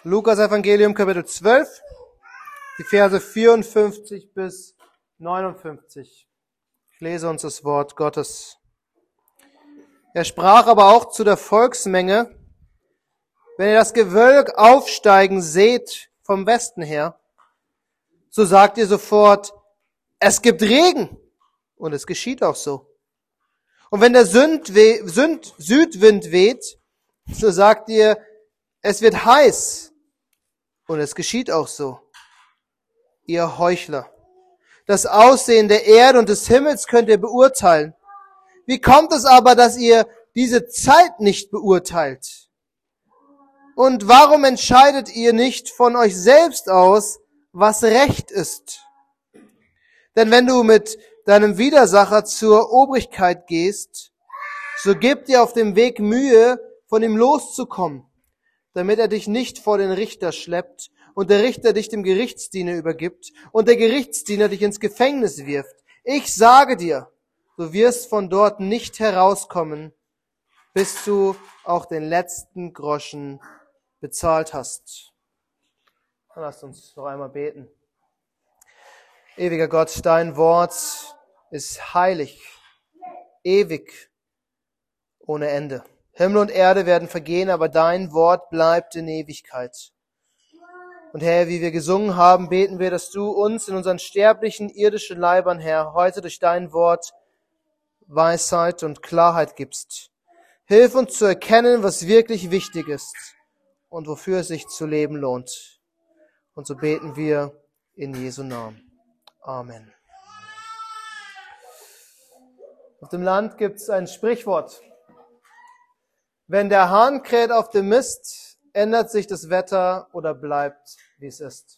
Lukas Evangelium Kapitel 12, die Verse 54 bis 59. Ich lese uns das Wort Gottes. Er sprach aber auch zu der Volksmenge: Wenn ihr das Gewölk aufsteigen seht vom Westen her, so sagt ihr sofort, es gibt Regen. Und es geschieht auch so. Und wenn der Südwind weht, so sagt ihr, es wird heiß. Und es geschieht auch so. Ihr Heuchler. Das Aussehen der Erde und des Himmels könnt ihr beurteilen. Wie kommt es aber, dass ihr diese Zeit nicht beurteilt? Und warum entscheidet ihr nicht von euch selbst aus, was recht ist? Denn wenn du mit deinem Widersacher zur Obrigkeit gehst, so gib dir auf dem Weg Mühe, von ihm loszukommen, damit er dich nicht vor den Richter schleppt und der Richter dich dem Gerichtsdiener übergibt und der Gerichtsdiener dich ins Gefängnis wirft. Ich sage dir, du wirst von dort nicht herauskommen, bis du auch den letzten Groschen bezahlt hast. Lasst uns noch einmal beten. Ewiger Gott, dein Wort ist heilig, ewig, ohne Ende. Himmel und Erde werden vergehen, aber dein Wort bleibt in Ewigkeit. Und Herr, wie wir gesungen haben, beten wir, dass du uns in unseren sterblichen irdischen Leibern, Herr, heute durch dein Wort Weisheit und Klarheit gibst. Hilf uns zu erkennen, was wirklich wichtig ist und wofür es sich zu leben lohnt. Und so beten wir in Jesu Namen. Amen. Auf dem Land gibt es ein Sprichwort. Wenn der Hahn kräht auf dem Mist, ändert sich das Wetter oder bleibt, wie es ist.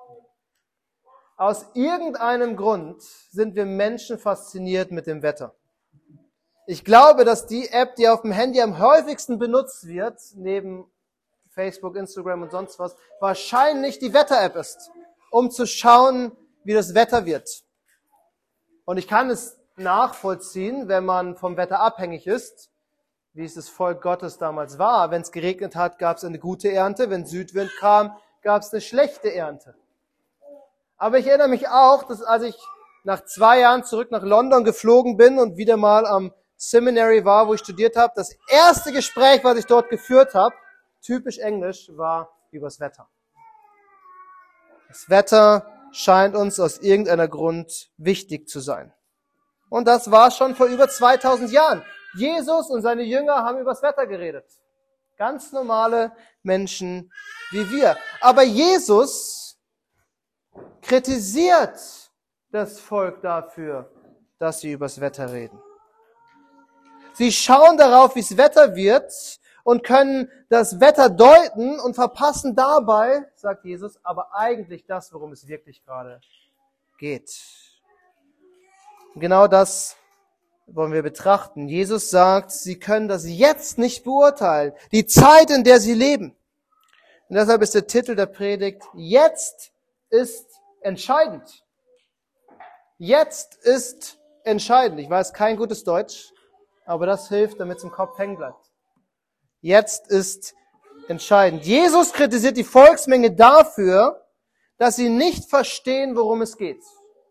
Aus irgendeinem Grund sind wir Menschen fasziniert mit dem Wetter. Ich glaube, dass die App, die auf dem Handy am häufigsten benutzt wird, neben Facebook, Instagram und sonst was, wahrscheinlich die Wetter-App ist, um zu schauen, wie das Wetter wird. Und ich kann es nachvollziehen, wenn man vom Wetter abhängig ist, wie es das Volk Gottes damals war. Wenn es geregnet hat, gab es eine gute Ernte. Wenn Südwind kam, gab es eine schlechte Ernte. Aber ich erinnere mich auch, dass als ich nach 2 Jahren zurück nach London geflogen bin und wieder mal am Seminary war, wo ich studiert habe, das erste Gespräch, was ich dort geführt habe, typisch Englisch, war übers Wetter. Das Wetter scheint uns aus irgendeiner Grund wichtig zu sein. Und das war schon vor über 2000 Jahren. Jesus und seine Jünger haben übers Wetter geredet. Ganz normale Menschen wie wir. Aber Jesus kritisiert das Volk dafür, dass sie übers Wetter reden. Sie schauen darauf, wie das Wetter wird und können das Wetter deuten und verpassen dabei, sagt Jesus, aber eigentlich das, worum es wirklich gerade geht. Und genau das wollen wir betrachten. Jesus sagt, sie können das jetzt nicht beurteilen, die Zeit, in der sie leben. Und deshalb ist der Titel der Predigt: Jetzt ist entscheidend. Jetzt ist entscheidend. Ich weiß, kein gutes Deutsch, aber das hilft, damit es im Kopf hängen bleibt. Jetzt ist entscheidend. Jesus kritisiert die Volksmenge dafür, dass sie nicht verstehen, worum es geht.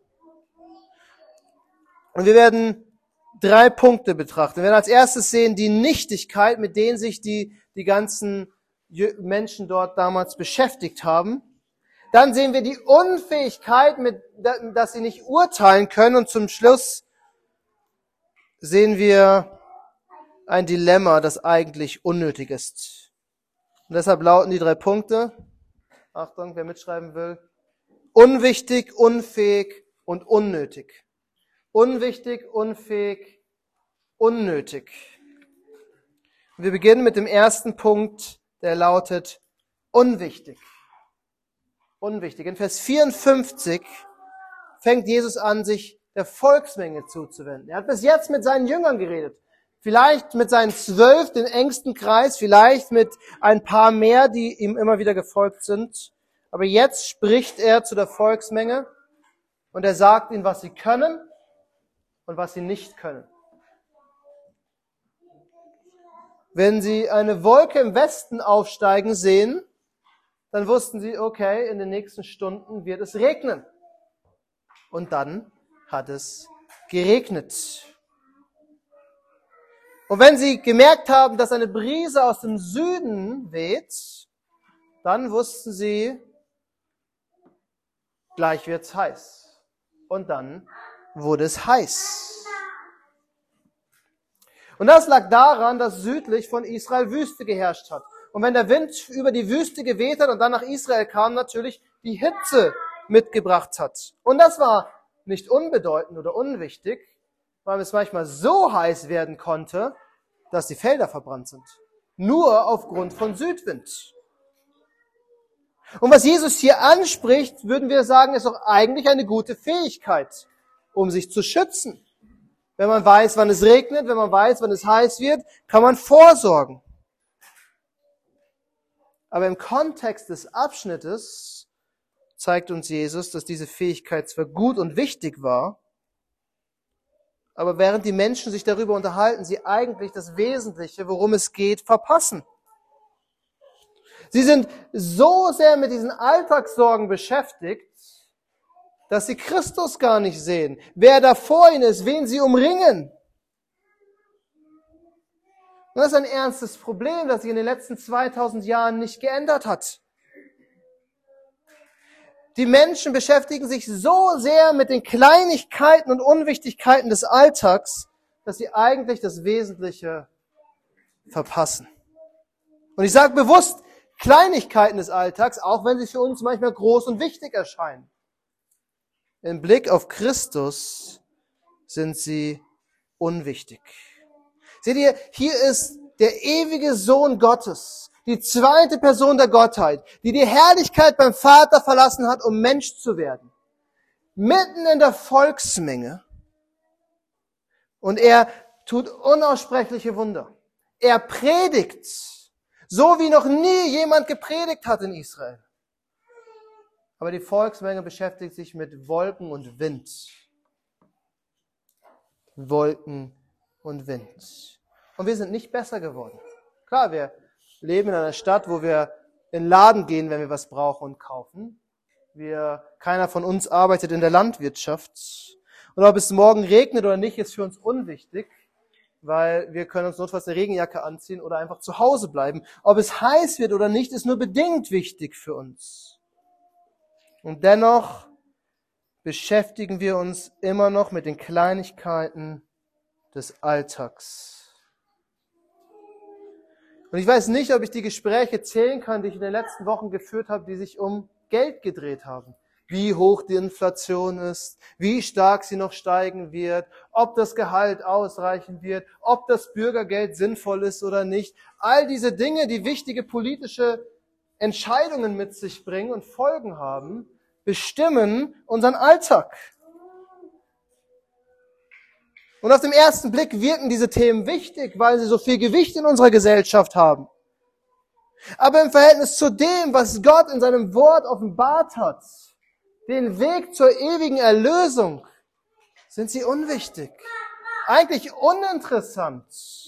Und wir werden 3 Punkte betrachten. Wir werden als erstes sehen die Nichtigkeit, mit denen sich die ganzen Menschen dort damals beschäftigt haben. Dann sehen wir die Unfähigkeit, dass sie nicht urteilen können. Und zum Schluss sehen wir ein Dilemma, das eigentlich unnötig ist. Und deshalb lauten die 3 Punkte. Achtung, wer mitschreiben will. Unwichtig, unfähig und unnötig. Unwichtig, unfähig, unnötig. Wir beginnen mit dem ersten Punkt, der lautet unwichtig. Unwichtig. In Vers 54 fängt Jesus an, sich der Volksmenge zuzuwenden. Er hat bis jetzt mit seinen Jüngern geredet. Vielleicht mit seinen 12, den engsten Kreis, vielleicht mit ein paar mehr, die ihm immer wieder gefolgt sind. Aber jetzt spricht er zu der Volksmenge und er sagt ihnen, was sie können und was sie nicht können. Wenn sie eine Wolke im Westen aufsteigen sehen, dann wussten sie, okay, in den nächsten Stunden wird es regnen. Und dann hat es geregnet. Und wenn sie gemerkt haben, dass eine Brise aus dem Süden weht, dann wussten sie, gleich wird's heiß. Und dann wurde es heiß. Und das lag daran, dass südlich von Israel Wüste geherrscht hat. Und wenn der Wind über die Wüste geweht hat und dann nach Israel kam, natürlich die Hitze mitgebracht hat. Und das war nicht unbedeutend oder unwichtig, weil es manchmal so heiß werden konnte, dass die Felder verbrannt sind. Nur aufgrund von Südwind. Und was Jesus hier anspricht, würden wir sagen, ist auch eigentlich eine gute Fähigkeit, um sich zu schützen. Wenn man weiß, wann es regnet, wenn man weiß, wann es heiß wird, kann man vorsorgen. Aber im Kontext des Abschnittes zeigt uns Jesus, dass diese Fähigkeit zwar gut und wichtig war, aber während die Menschen sich darüber unterhalten, sie eigentlich das Wesentliche, worum es geht, verpassen. Sie sind so sehr mit diesen Alltagssorgen beschäftigt, dass sie Christus gar nicht sehen, wer da vor ihnen ist, wen sie umringen. Und das ist ein ernstes Problem, das sich in den letzten 2000 Jahren nicht geändert hat. Die Menschen beschäftigen sich so sehr mit den Kleinigkeiten und Unwichtigkeiten des Alltags, dass sie eigentlich das Wesentliche verpassen. Und ich sage bewusst Kleinigkeiten des Alltags, auch wenn sie für uns manchmal groß und wichtig erscheinen. Im Blick auf Christus sind sie unwichtig. Seht ihr, hier ist der ewige Sohn Gottes, die zweite Person der Gottheit, die die Herrlichkeit beim Vater verlassen hat, um Mensch zu werden. Mitten in der Volksmenge. Und er tut unaussprechliche Wunder. Er predigt, so wie noch nie jemand gepredigt hat in Israel. Aber die Volksmenge beschäftigt sich mit Wolken und Wind. Wolken und Wind. Und wir sind nicht besser geworden. Klar, wir leben in einer Stadt, wo wir in den Laden gehen, wenn wir was brauchen und kaufen. Keiner von uns arbeitet in der Landwirtschaft. Und ob es morgen regnet oder nicht, ist für uns unwichtig, weil wir können uns notfalls eine Regenjacke anziehen oder einfach zu Hause bleiben. Ob es heiß wird oder nicht, ist nur bedingt wichtig für uns. Und dennoch beschäftigen wir uns immer noch mit den Kleinigkeiten des Alltags. Und ich weiß nicht, ob ich die Gespräche zählen kann, die ich in den letzten Wochen geführt habe, die sich um Geld gedreht haben. Wie hoch die Inflation ist, wie stark sie noch steigen wird, ob das Gehalt ausreichen wird, ob das Bürgergeld sinnvoll ist oder nicht. All diese Dinge, die wichtige politische Entscheidungen mit sich bringen und Folgen haben, bestimmen unseren Alltag. Und auf den ersten Blick wirken diese Themen wichtig, weil sie so viel Gewicht in unserer Gesellschaft haben. Aber im Verhältnis zu dem, was Gott in seinem Wort offenbart hat, den Weg zur ewigen Erlösung, sind sie unwichtig. Eigentlich uninteressant.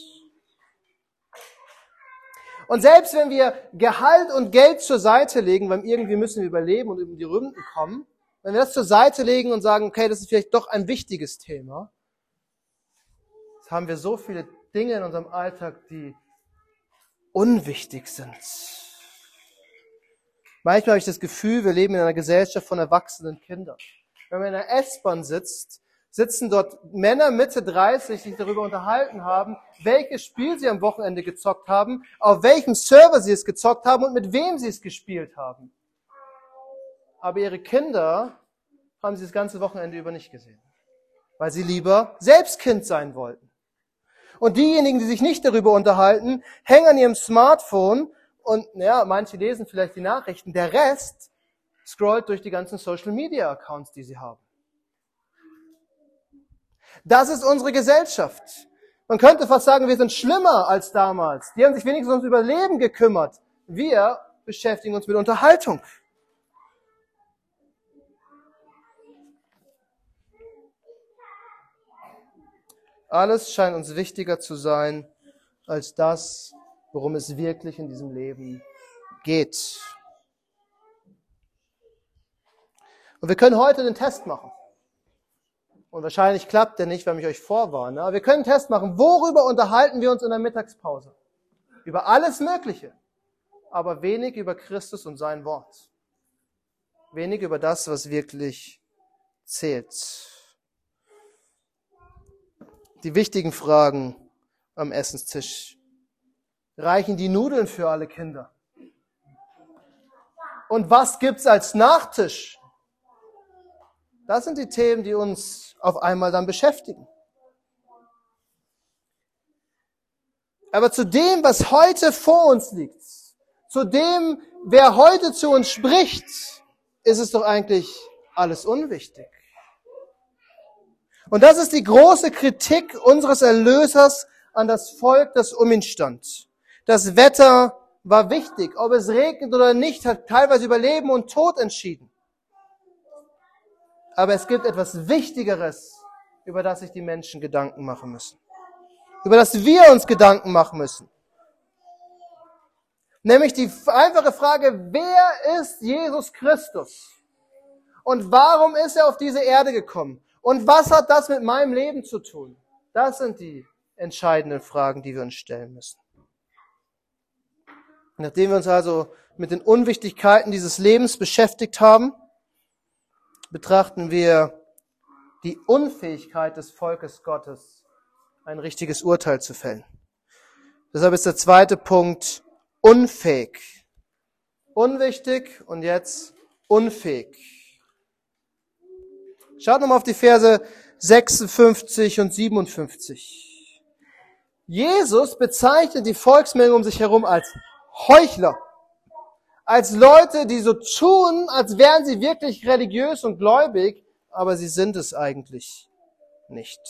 Und selbst wenn wir Gehalt und Geld zur Seite legen, weil irgendwie müssen wir überleben und über die Runden kommen, wenn wir das zur Seite legen und sagen, okay, das ist vielleicht doch ein wichtiges Thema, haben wir so viele Dinge in unserem Alltag, die unwichtig sind. Manchmal habe ich das Gefühl, wir leben in einer Gesellschaft von erwachsenen Kindern. Wenn man in einer S-Bahn sitzt, sitzen dort Männer Mitte 30, die sich darüber unterhalten haben, welches Spiel sie am Wochenende gezockt haben, auf welchem Server sie es gezockt haben und mit wem sie es gespielt haben. Aber ihre Kinder haben sie das ganze Wochenende über nicht gesehen, weil sie lieber selbst Kind sein wollten. Und diejenigen, die sich nicht darüber unterhalten, hängen an ihrem Smartphone und, manche lesen vielleicht die Nachrichten. Der Rest scrollt durch die ganzen Social-Media-Accounts, die sie haben. Das ist unsere Gesellschaft. Man könnte fast sagen, wir sind schlimmer als damals. Die haben sich wenigstens ums Überleben gekümmert. Wir beschäftigen uns mit Unterhaltung. Alles scheint uns wichtiger zu sein als das, worum es wirklich in diesem Leben geht. Und wir können heute den Test machen. Und wahrscheinlich klappt der nicht, wenn ich euch vorwarne. Aber wir können einen Test machen. Worüber unterhalten wir uns in der Mittagspause? Über alles Mögliche. Aber wenig über Christus und sein Wort. Wenig über das, was wirklich zählt. Die wichtigen Fragen am Essenstisch. Reichen die Nudeln für alle Kinder? Und was gibt's als Nachtisch? Das sind die Themen, die uns auf einmal dann beschäftigen. Aber zu dem, was heute vor uns liegt, zu dem, wer heute zu uns spricht, ist es doch eigentlich alles unwichtig. Und das ist die große Kritik unseres Erlösers an das Volk, das um ihn stand. Das Wetter war wichtig. Ob es regnet oder nicht, hat teilweise über Leben und Tod entschieden. Aber es gibt etwas Wichtigeres, über das sich die Menschen Gedanken machen müssen. Über das wir uns Gedanken machen müssen. Nämlich die einfache Frage, wer ist Jesus Christus? Und warum ist er auf diese Erde gekommen? Und was hat das mit meinem Leben zu tun? Das sind die entscheidenden Fragen, die wir uns stellen müssen. Nachdem wir uns also mit den Unwichtigkeiten dieses Lebens beschäftigt haben, betrachten wir die Unfähigkeit des Volkes Gottes, ein richtiges Urteil zu fällen. Deshalb ist der zweite Punkt unfähig. Unwichtig und jetzt unfähig. Schaut nochmal auf die Verse 56 und 57. Jesus bezeichnet die Volksmenge um sich herum als Heuchler. Als Leute, die so tun, als wären sie wirklich religiös und gläubig, aber sie sind es eigentlich nicht.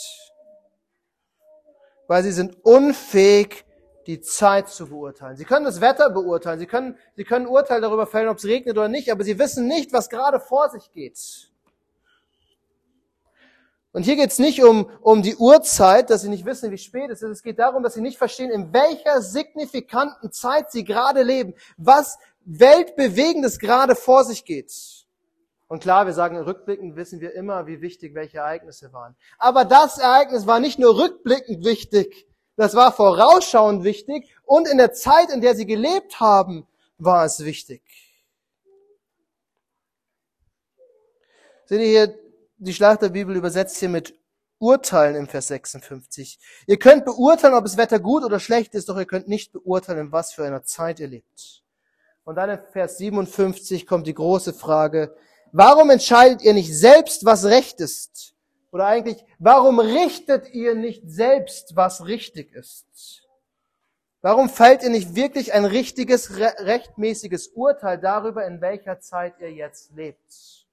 Weil sie sind unfähig, die Zeit zu beurteilen. Sie können das Wetter beurteilen, sie können ein Urteil darüber fällen, ob es regnet oder nicht, aber sie wissen nicht, was gerade vor sich geht. Und hier geht es nicht um die Uhrzeit, dass sie nicht wissen, wie spät es ist. Es geht darum, dass sie nicht verstehen, in welcher signifikanten Zeit sie gerade leben, was Weltbewegendes gerade vor sich geht. Und klar, wir sagen, rückblickend wissen wir immer, wie wichtig welche Ereignisse waren. Aber das Ereignis war nicht nur rückblickend wichtig, das war vorausschauend wichtig und in der Zeit, in der sie gelebt haben, war es wichtig. Seht ihr hier, die Schlachterbibel übersetzt hier mit urteilen im Vers 56. Ihr könnt beurteilen, ob das Wetter gut oder schlecht ist, doch ihr könnt nicht beurteilen, in was für einer Zeit ihr lebt. Und dann in Vers 57 kommt die große Frage, warum entscheidet ihr nicht selbst, was recht ist? Oder eigentlich, warum richtet ihr nicht selbst, was richtig ist? Warum fällt ihr nicht wirklich ein richtiges, rechtmäßiges Urteil darüber, in welcher Zeit ihr jetzt lebt?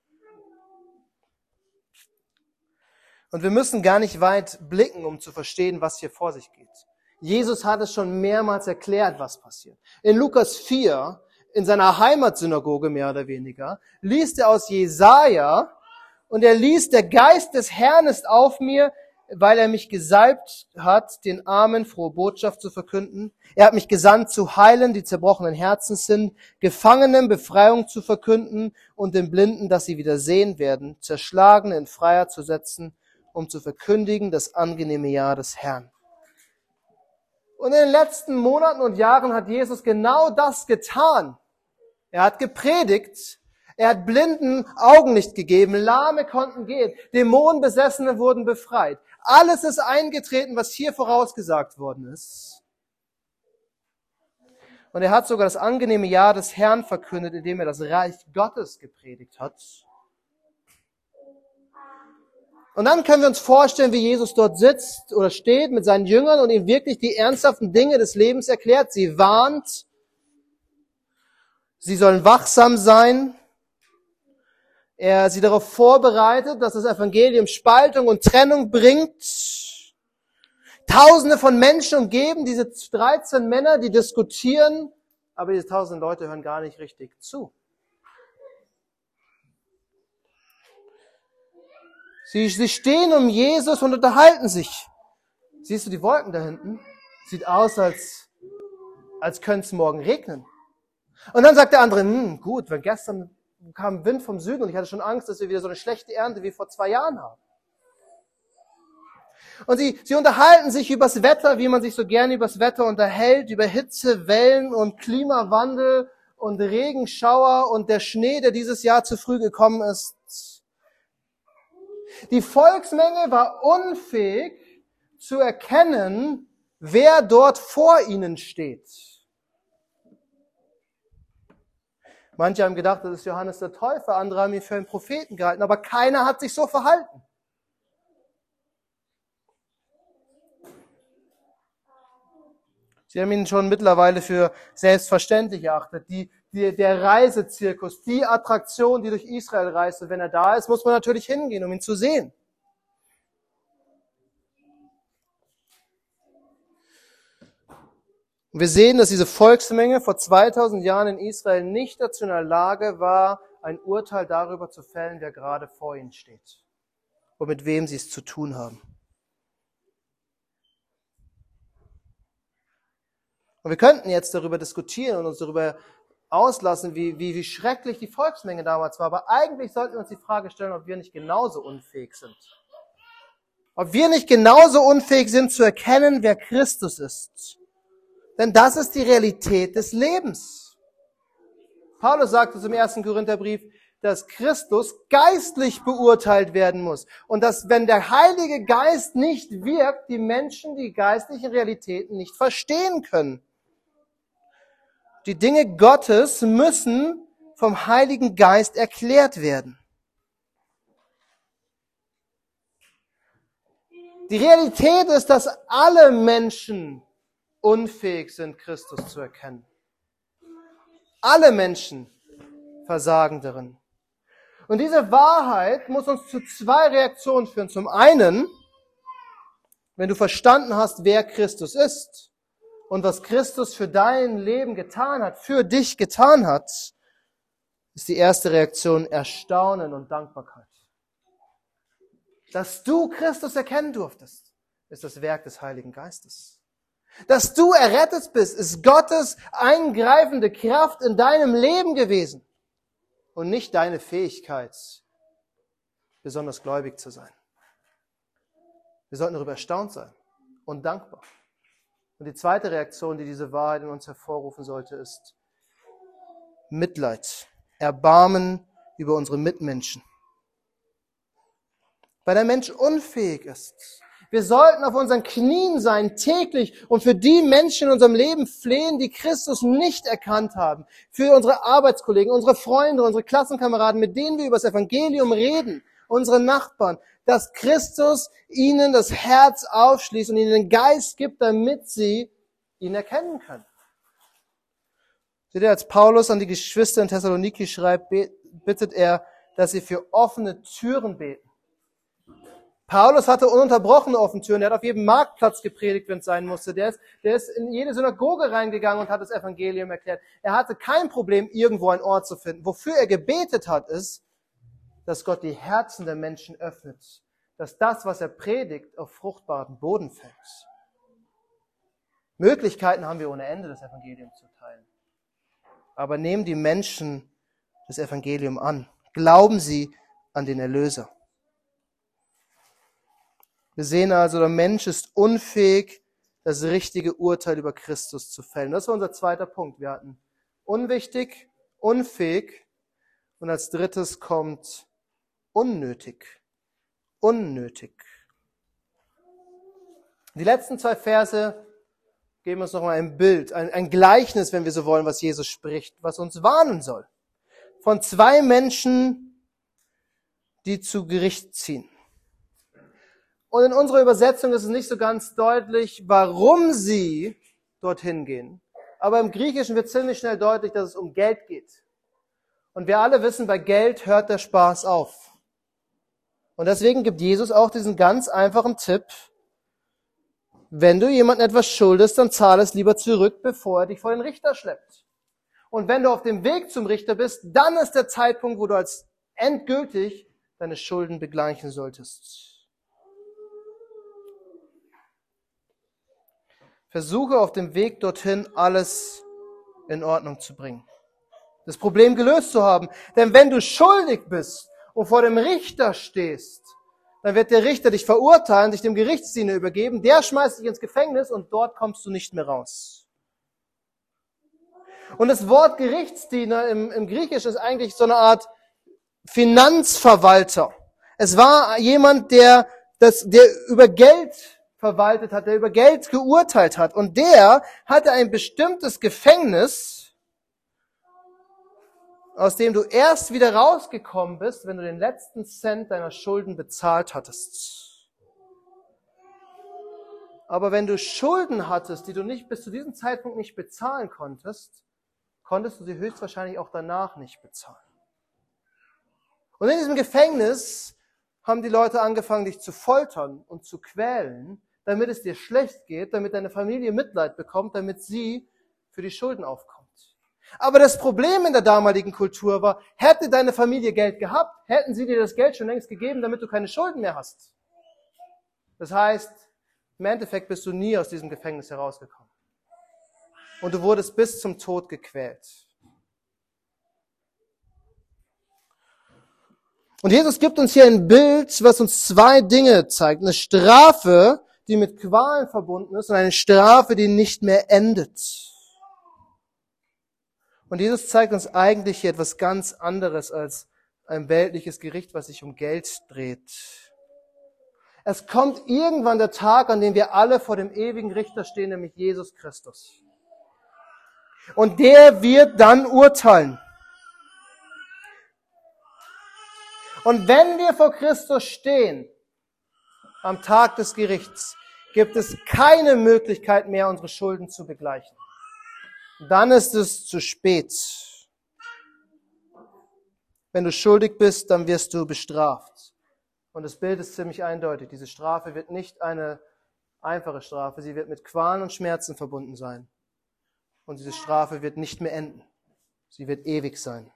Und wir müssen gar nicht weit blicken, um zu verstehen, was hier vor sich geht. Jesus hat es schon mehrmals erklärt, was passiert. In Lukas 4, in seiner Heimatsynagoge mehr oder weniger, liest er aus Jesaja und er liest, der Geist des Herrn ist auf mir, weil er mich gesalbt hat, den Armen frohe Botschaft zu verkünden. Er hat mich gesandt zu heilen, die zerbrochenen Herzens sind, Gefangenen Befreiung zu verkünden und den Blinden, dass sie wieder sehen werden, Zerschlagene in Freiheit zu setzen, um zu verkündigen das angenehme Jahr des Herrn. Und in den letzten Monaten und Jahren hat Jesus genau das getan. Er hat gepredigt, er hat Blinden Augenlicht gegeben, Lahme konnten gehen, Dämonenbesessene wurden befreit. Alles ist eingetreten, was hier vorausgesagt worden ist. Und er hat sogar das angenehme Jahr des Herrn verkündet, indem er das Reich Gottes gepredigt hat. Und dann können wir uns vorstellen, wie Jesus dort sitzt oder steht mit seinen Jüngern und ihnen wirklich die ernsthaften Dinge des Lebens erklärt. Sie warnt, sie sollen wachsam sein. Er sie darauf vorbereitet, dass das Evangelium Spaltung und Trennung bringt. Tausende von Menschen umgeben diese 13 Männer, die diskutieren, aber diese 1000 Leute hören gar nicht richtig zu. Sie stehen um Jesus und unterhalten sich. Siehst du die Wolken da hinten? Sieht aus, als könnte es morgen regnen. Und dann sagt der andere, gut, wenn gestern kam Wind vom Süden und ich hatte schon Angst, dass wir wieder so eine schlechte Ernte wie vor 2 Jahren haben. Und sie unterhalten sich übers Wetter, wie man sich so gerne übers Wetter unterhält, über Hitze, Wellen und Klimawandel und Regenschauer und der Schnee, der dieses Jahr zu früh gekommen ist. Die Volksmenge war unfähig zu erkennen, wer dort vor ihnen steht. Manche haben gedacht, das ist Johannes der Täufer, andere haben ihn für einen Propheten gehalten, aber keiner hat sich so verhalten. Sie haben ihn schon mittlerweile für selbstverständlich erachtet. Der Reisezirkus, die Attraktion, die durch Israel reist. Und wenn er da ist, muss man natürlich hingehen, um ihn zu sehen. Und wir sehen, dass diese Volksmenge vor 2000 Jahren in Israel nicht dazu in der Lage war, ein Urteil darüber zu fällen, wer gerade vor ihnen steht und mit wem sie es zu tun haben. Und wir könnten jetzt darüber diskutieren und uns darüber auslassen, wie schrecklich die Volksmenge damals war. Aber eigentlich sollten wir uns die Frage stellen, ob wir nicht genauso unfähig sind. Ob wir nicht genauso unfähig sind zu erkennen, wer Christus ist. Denn das ist die Realität des Lebens. Paulus sagte zum 1. Korintherbrief, dass Christus geistlich beurteilt werden muss. Und dass, wenn der Heilige Geist nicht wirkt, die Menschen die geistlichen Realitäten nicht verstehen können. Die Dinge Gottes müssen vom Heiligen Geist erklärt werden. Die Realität ist, dass alle Menschen unfähig sind, Christus zu erkennen. Alle Menschen versagen darin. Und diese Wahrheit muss uns zu 2 Reaktionen führen. Zum einen, wenn du verstanden hast, wer Christus ist und was Christus für dein Leben getan hat, für dich getan hat, ist die erste Reaktion Erstaunen und Dankbarkeit. Dass du Christus erkennen durftest, ist das Werk des Heiligen Geistes. Dass du errettet bist, ist Gottes eingreifende Kraft in deinem Leben gewesen und nicht deine Fähigkeit, besonders gläubig zu sein. Wir sollten darüber erstaunt sein und dankbar. Und die zweite Reaktion, die diese Wahrheit in uns hervorrufen sollte, ist Mitleid, Erbarmen über unsere Mitmenschen. Weil der Mensch unfähig ist. Wir sollten auf unseren Knien sein, täglich, und für die Menschen in unserem Leben flehen, die Christus nicht erkannt haben. Für unsere Arbeitskollegen, unsere Freunde, unsere Klassenkameraden, mit denen wir über das Evangelium reden, unsere Nachbarn, dass Christus ihnen das Herz aufschließt und ihnen den Geist gibt, damit sie ihn erkennen können. Seht ihr, als Paulus an die Geschwister in Thessaloniki schreibt, bittet er, dass sie für offene Türen beten. Paulus hatte ununterbrochene offene Türen. Er hat auf jedem Marktplatz gepredigt, wenn es sein musste. Der ist in jede Synagoge reingegangen und hat das Evangelium erklärt. Er hatte kein Problem, irgendwo einen Ort zu finden. Wofür er gebetet hat, ist, dass Gott die Herzen der Menschen öffnet. Dass das, was er predigt, auf fruchtbaren Boden fällt. Möglichkeiten haben wir ohne Ende, das Evangelium zu teilen. Aber nehmen die Menschen das Evangelium an. Glauben sie an den Erlöser. Wir sehen also, der Mensch ist unfähig, das richtige Urteil über Christus zu fällen. Das war unser zweiter Punkt. Wir hatten unwichtig, unfähig und als drittes kommt unnötig. Unnötig. Die letzten 2 Verse geben uns nochmal ein Bild, ein Gleichnis, wenn wir so wollen, was Jesus spricht, was uns warnen soll. Von 2 Menschen, die zu Gericht ziehen. Und in unserer Übersetzung ist es nicht so ganz deutlich, warum sie dorthin gehen. Aber im Griechischen wird ziemlich schnell deutlich, dass es um Geld geht. Und wir alle wissen, bei Geld hört der Spaß auf. Und deswegen gibt Jesus auch diesen ganz einfachen Tipp: Wenn du jemandem etwas schuldest, dann zahle es lieber zurück, bevor er dich vor den Richter schleppt. Und wenn du auf dem Weg zum Richter bist, dann ist der Zeitpunkt, wo du als endgültig deine Schulden begleichen solltest. Versuche auf dem Weg dorthin alles in Ordnung zu bringen. das Problem gelöst zu haben. Denn wenn du schuldig bist und vor dem Richter stehst, dann wird der Richter dich verurteilen, dich dem Gerichtsdiener übergeben, der schmeißt dich ins Gefängnis und dort kommst du nicht mehr raus. Und das Wort Gerichtsdiener im Griechischen ist eigentlich so eine Art Finanzverwalter. Es war jemand, der über Geld verwaltet hat, der über Geld geurteilt hat. Und der hatte ein bestimmtes Gefängnis, aus dem du erst wieder rausgekommen bist, wenn du den letzten Cent deiner Schulden bezahlt hattest. Aber wenn du Schulden hattest, die du bis zu diesem Zeitpunkt nicht bezahlen konntest, konntest du sie höchstwahrscheinlich auch danach nicht bezahlen. Und in diesem Gefängnis haben die Leute angefangen, dich zu foltern und zu quälen, damit es dir schlecht geht, damit deine Familie Mitleid bekommt, damit sie für die Schulden aufkommt. Aber das Problem in der damaligen Kultur war, hätte deine Familie Geld gehabt, hätten sie dir das Geld schon längst gegeben, damit du keine Schulden mehr hast. Das heißt, im Endeffekt bist du nie aus diesem Gefängnis herausgekommen. Und du wurdest bis zum Tod gequält. Und Jesus gibt uns hier ein Bild, was uns zwei Dinge zeigt. Eine Strafe, die mit Qualen verbunden ist, und eine Strafe, die nicht mehr endet. Und Jesus zeigt uns eigentlich hier etwas ganz anderes als ein weltliches Gericht, was sich um Geld dreht. Es kommt irgendwann der Tag, an dem wir alle vor dem ewigen Richter stehen, nämlich Jesus Christus. Und der wird dann urteilen. Und wenn wir vor Christus stehen, am Tag des Gerichts, gibt es keine Möglichkeit mehr, unsere Schulden zu begleichen. Dann ist es zu spät. Wenn du schuldig bist, dann wirst du bestraft. Und das Bild ist ziemlich eindeutig. Diese Strafe wird nicht eine einfache Strafe, sie wird mit Qualen und Schmerzen verbunden sein. Und diese Strafe wird nicht mehr enden. Sie wird ewig sein.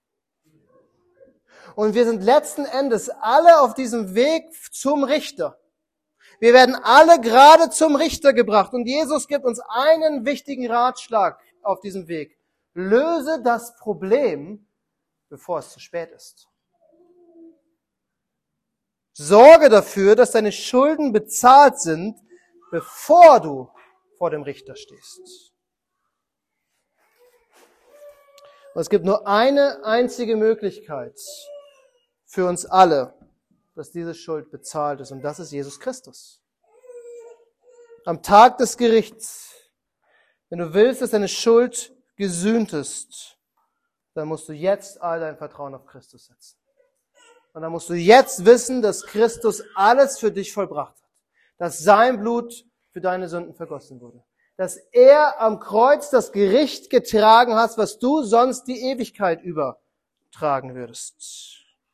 Und wir sind letzten Endes alle auf diesem Weg zum Richter. Wir werden alle gerade zum Richter gebracht. Und Jesus gibt uns einen wichtigen Ratschlag auf diesem Weg. Löse das Problem, bevor es zu spät ist. Sorge dafür, dass deine Schulden bezahlt sind, bevor du vor dem Richter stehst. Und es gibt nur eine einzige Möglichkeit für uns alle, dass diese Schuld bezahlt ist. Und das ist Jesus Christus. Am Tag des Gerichts, wenn du willst, dass deine Schuld gesühnt ist, dann musst du jetzt all dein Vertrauen auf Christus setzen. Und dann musst du jetzt wissen, dass Christus alles für dich vollbracht hat. Dass sein Blut für deine Sünden vergossen wurde. Dass er am Kreuz das Gericht getragen hat, was du sonst die Ewigkeit übertragen würdest.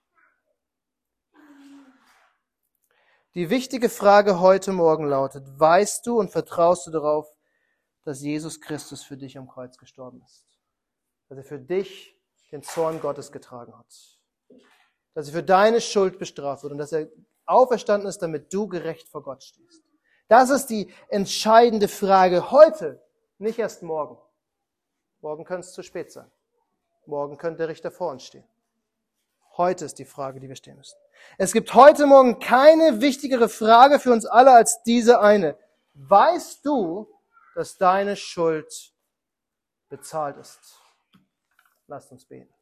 Die wichtige Frage heute Morgen lautet, weißt du und vertraust du darauf, dass Jesus Christus für dich am Kreuz gestorben ist? Dass er für dich den Zorn Gottes getragen hat. Dass er für deine Schuld bestraft wurde und dass er auferstanden ist, damit du gerecht vor Gott stehst. Das ist die entscheidende Frage heute, nicht erst morgen. Morgen könnte es zu spät sein. Morgen könnte der Richter vor uns stehen. Heute ist die Frage, die wir stehen müssen. Es gibt heute Morgen keine wichtigere Frage für uns alle als diese eine. Weißt du, dass deine Schuld bezahlt ist? Lasst uns beten.